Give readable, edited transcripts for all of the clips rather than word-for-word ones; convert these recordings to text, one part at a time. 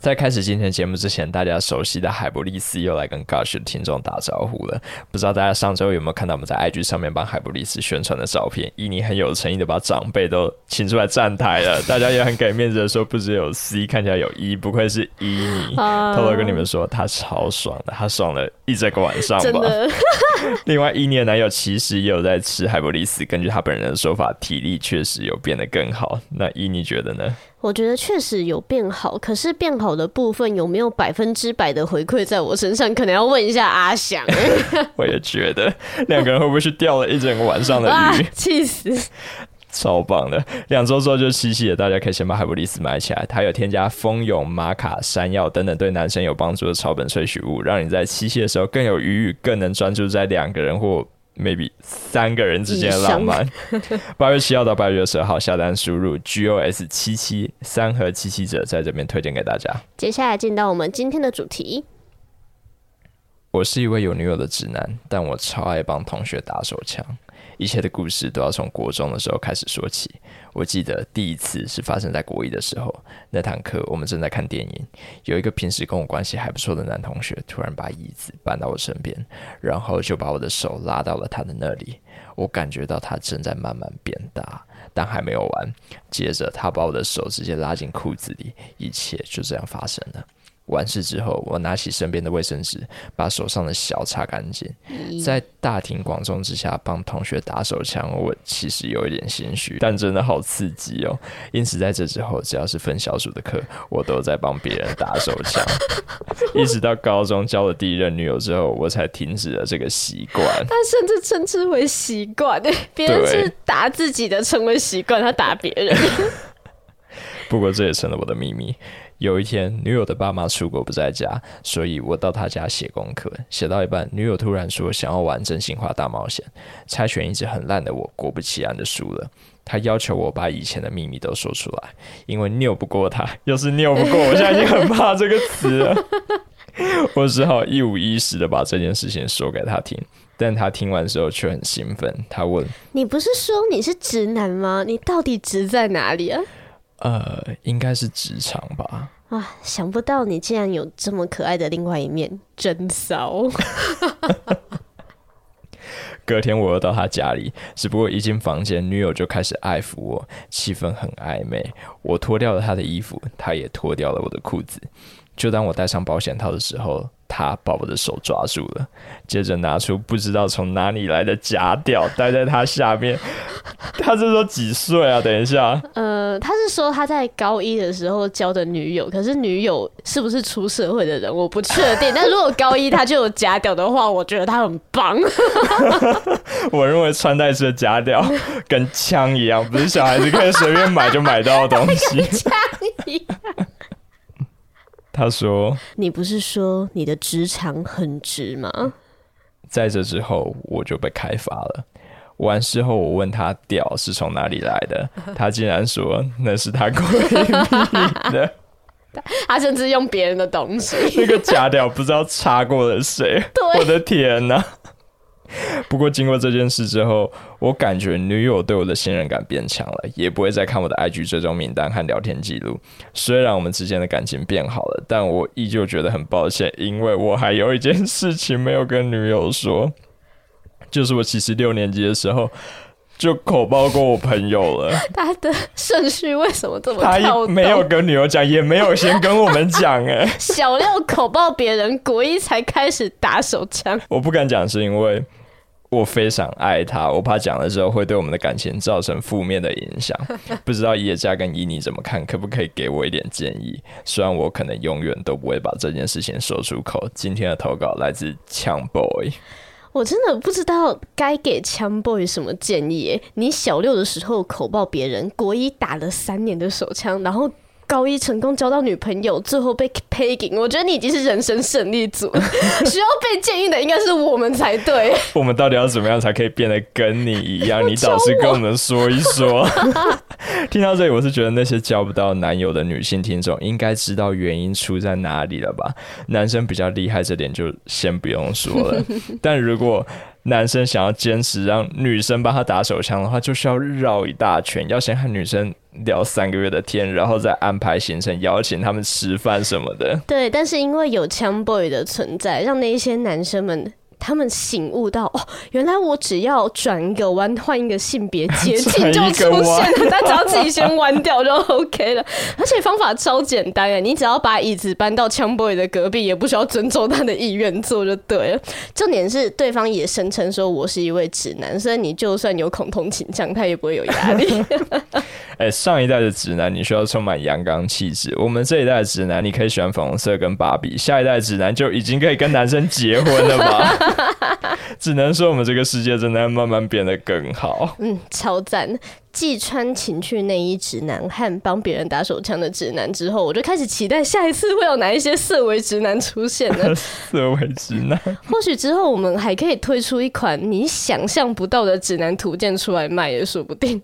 在开始今天节目之前，大家熟悉的海博利斯又来跟 Gush 的听众打招呼了。不知道大家上周有没有看到我们在 IG 上面帮海博利斯宣传的照片？伊尼很有诚意的把长辈都请出来站台了，大家也很给面子的说，不只有 C， 看起来有 E， 不愧是伊尼。偷偷跟你们说，他超爽的，他爽了一整个晚上吧。 真的。 另外，伊尼的男友其实也有在吃海博利斯，根据他本人的说法，体力确实有变得更好。那伊尼觉得呢？ 我觉得确实有变好，可是变好的部分有没有100%的回馈在我身上，可能要问一下阿翔。 我也觉得两个人会不会去钓了一整个晚上的鱼？ 气死！ 超棒的，2周之后就七夕了，大家可以先把海博利斯买起来。它有添加蜂蛹、玛卡、山药等等对男生有帮助的草本萃取物，让你在七夕的时候更有余裕，更能专注在2个人或maybe 3个人之间的浪漫。8月7号到8月12号下单输入 GOS77 3盒77折，在这边推荐给大家。 接下来进到我们今天的主题。 我是一位有女友的直男，但我超爱帮同学打手枪。一切的故事都要从国中的时候开始说起。我记得第一次是发生在国一的时候，那堂课我们正在看电影，有一个平时跟我关系还不错的男同学突然把椅子搬到我身边，然后就把我的手拉到了他的那里。我感觉到他正在慢慢变大，但还没有完。接着他把我的手直接拉进裤子里，一切就这样发生了。完事之后，我拿起身边的卫生纸，把手上的小擦干净。在大庭广众之下帮同学打手枪，我其实有一点心虚，但真的好刺激哦。因此在这之后，只要是分小组的课，我都在帮别人打手枪。一直到高中交了第一任女友之后，我才停止了这个习惯。 他甚至称之为习惯，别人是打自己的成为习惯，他打别人。 不过这也成了我的秘密。有一天，女友的爸妈出国不在家，所以我到他家写功课，写到一半，女友突然说想要玩真心话大冒险。猜拳一直很烂的我，果不其然的输了。他要求我把以前的秘密都说出来，因为拗不过他，又是拗不过我，现在已经很怕这个词了。我只好一五一十的把这件事情说给他听，但他听完之后却很兴奋。他问：“ 你不是说你是直男吗？你到底直在哪里啊？” 应该是职场吧。 哇，想不到你竟然有这么可爱的另外一面，真骚。 隔天我又到他家里，只不过一进房间，女友就开始爱抚我，气氛很暧昧。我脱掉了他的衣服，他也脱掉了我的裤子。就当我戴上保险套的时候，他把我的手抓住了，接着拿出不知道从哪里来的假屌戴在他下面。他是说几岁啊？等一下， 他是说他在高一的时候交的女友，可是女友是不是出社会的人我不确定。但如果高一他就有假屌的话，我觉得他很棒。 我认为穿戴式的假屌跟枪一样，不是小孩子可以随便买就买到的东西。 跟枪一样。 他说：“ 你不是说你的直肠很直吗？” 在这之后，我就被开发了。完事后，我问他屌是从哪里来的，他竟然说那是他闺蜜的。 他甚至用别人的东西， 那个假屌不知道插过了谁。我的天哪！不过经过这件事之后，我感觉女友对我的信任感变强了，也不会再看我的 IG 追踪名单和聊天记录。虽然我们之间的感情变好了，但我依旧觉得很抱歉，因为我还有一件事情没有跟女友说，就是我其实6年级的时候就口爆过我朋友了。 他的顺序为什么这么跳动？ 他没有跟女友讲，也没有先跟我们讲。 小6口爆别人，国1才开始打手枪。 我不敢讲是因为我非常爱他，我怕讲了之后会对我们的感情造成负面的影响。不知道叶家跟伊妮怎么看，可不可以给我一点建议？虽然我可能永远都不会把这件事情说出口。今天的投稿来自枪 boy。 我真的不知道该给枪 boy 什么建议耶。你小6的时候口爆别人，国1打了3年的手枪，然后高1成功交到女朋友，最后被 pegging， 我觉得你已经是人生胜利组。需要被建议的应该是我们才对。 我们到底要怎么样才可以变得跟你一样？你倒是跟我们说一说。听到这里，我是觉得那些交不到男友的女性听众应该知道原因出在哪里了吧？男生比较厉害这点就先不用说了。但如果男生想要坚持让女生帮他打手枪的话，就需要绕一大圈，要先和女生聊3个月的天，然后再安排行程，邀请他们吃饭什么的。 对，但是因为有枪 boy 的存在，让那一些男生们他们醒悟到，哦，原来我只要转一个弯，换一个性别，捷径就出现了，他只要自己先弯掉就 OK 了。而且方法超简单耶，你只要把椅子搬到枪 boy 的隔壁，也不需要遵守他的意愿做就对了。重点是对方也声称说我是一位直男，所以你就算有恐同倾向，他也不会有压力。 上一代的直男你需要充满阳刚气质，我们这一代的直男你可以喜欢粉红色跟芭比，下一代的直男就已经可以跟男生结婚了吧？只能说我们这个世界真的慢慢变得更好。 超赞！继穿情趣内衣直男和帮别人打手枪的直男之后，我就开始期待下一次会有哪一些色违直男出现呢？ 色违直男， 或许之后我们还可以推出一款你想象不到的指南图鉴出来卖也说不定。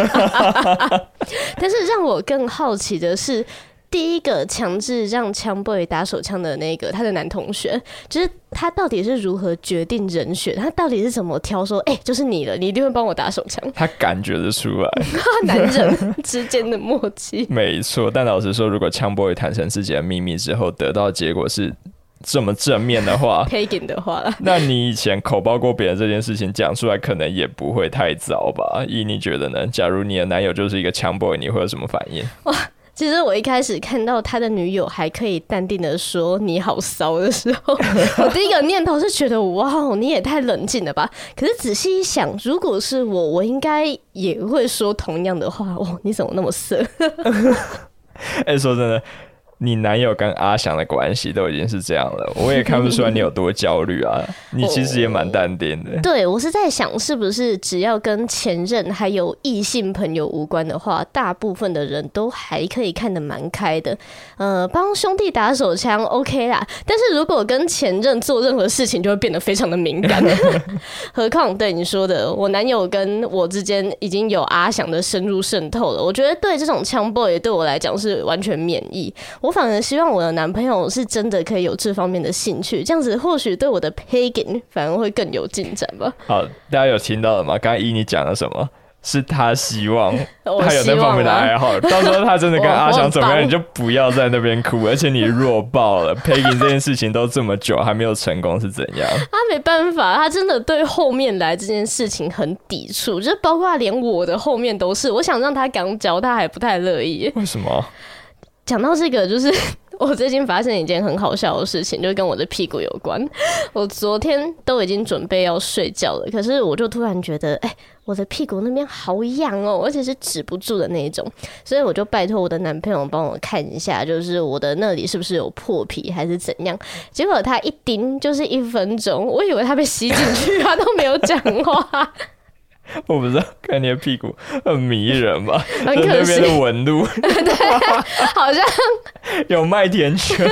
但是让我更好奇的是，第一个强制让枪 boy 打手枪的那个他的男同学，就是他到底是如何决定人选？他到底是怎么挑说，就是你了，你一定会帮我打手枪？ 他感觉得出来， 男人之间的默契。 没错，但老实说，如果枪 boy 坦诚自己的秘密之后，得到的结果是这么正面的话 ，pagan 的话啦， 那你以前口爆过别人这件事情讲出来，可能也不会太早吧？你觉得呢？假如你的男友就是一个枪 boy， 你会有什么反应？ 哇！其实我一开始看到他的女友还可以淡定的说你好骚的时候，我第一个念头是觉得哇，你也太冷静了吧。可是仔细一想，如果是我应该也会说同样的话。哇，你怎么那么色？ 说真的，你男友跟阿翔的关系都已经是这样了，我也看不出来你有多焦虑啊。你其实也蛮淡定的。对， 我是在想，是不是只要跟前任还有异性朋友无关的话，大部分的人都还可以看得蛮开的。帮兄弟打手枪 OK 啦，但是如果跟前任做任何事情，就会变得非常的敏感。何况对你说的，我男友跟我之间已经有阿翔的深入渗透了，我觉得对这种枪 boy 对我来讲是完全免疫。我反而希望我的男朋友是真的可以有这方面的兴趣，这样子或许对我的 pagan 反而会更有进展吧。 好，大家有听到了吗？刚才你讲了什么？是他希望他有那方面的爱好，到时候他真的跟阿翔怎么样，你就不要在那边哭，而且你弱爆了。pagan 这件事情都这么久还没有成功是怎样？ 他没办法，他真的对后面来这件事情很抵触，就是包括连我的后面都是。我想让他刚交，他还不太乐意。 为什么？ 讲到这个，就是我最近发生一件很好笑的事情，就跟我的屁股有关。我昨天都已经准备要睡觉了，可是我就突然觉得，我的屁股那边好痒哦，而且是止不住的那一种，所以我就拜托我的男朋友帮我看一下，就是我的那里是不是有破皮还是怎样。结果他一盯就是1分钟，我以为他被吸进去，他都没有讲话。 我不知道，看你的屁股很迷人吧？ 很可惜， 那边的纹路， 对，好像有麦田圈。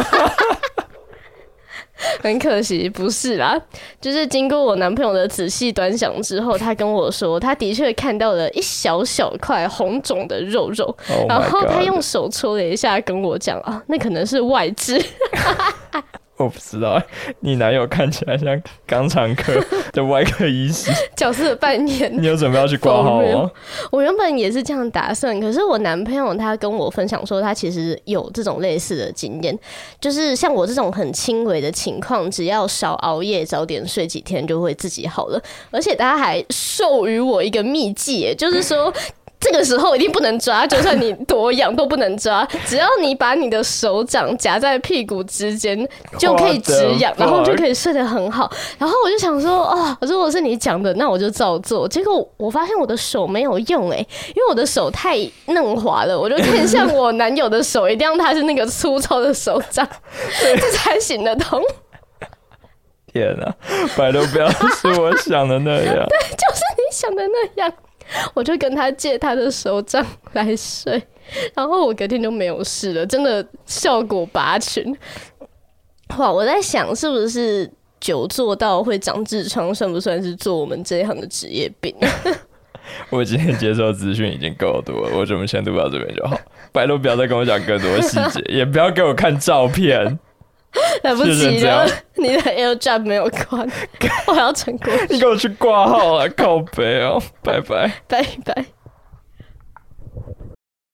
很可惜，不是啦。就是经过我男朋友的仔细端详之后，他跟我说，他的确看到了一小小块红肿的肉肉，然后他用手戳了一下，跟我讲啊，那可能是外痔。 我不知道，你男友看起来像肛肠科的外科医师， 角色扮演。 你有准备要去挂号吗？ 我原本也是这样打算，可是我男朋友他跟我分享说，他其实有这种类似的经验，就是像我这种很轻微的情况，只要少熬夜、早点睡几天，就会自己好了。而且他还授予我一个秘技，就是说。这个时候一定不能抓，就算你多痒都不能抓，只要你把你的手掌夹在屁股之间就可以止痒，然后就可以睡得很好。然后我就想说，如果是你讲的，那我就照做。结果我发现我的手没有用，因为我的手太嫩滑了，我就看向我男友的手，一定要他是那个粗糙的手掌，这才行得通。 天啊，拜托不要是我想的那样。 对，就是你想的那样。我就跟他借他的手掌来睡，然后我隔天就没有事了，真的效果拔群。哇，我在想是不是久坐到会长痔疮，算不算是做我们这一行的职业病？ 我今天接受资讯已经够多了，我怎么先录到这边就好。拜托不要再跟我讲更多细节，也不要给我看照片。 来不及了，你的 AirDrop 没有关，我还要撑过去。 你给我去挂号啊，靠北哦，拜拜， 拜拜。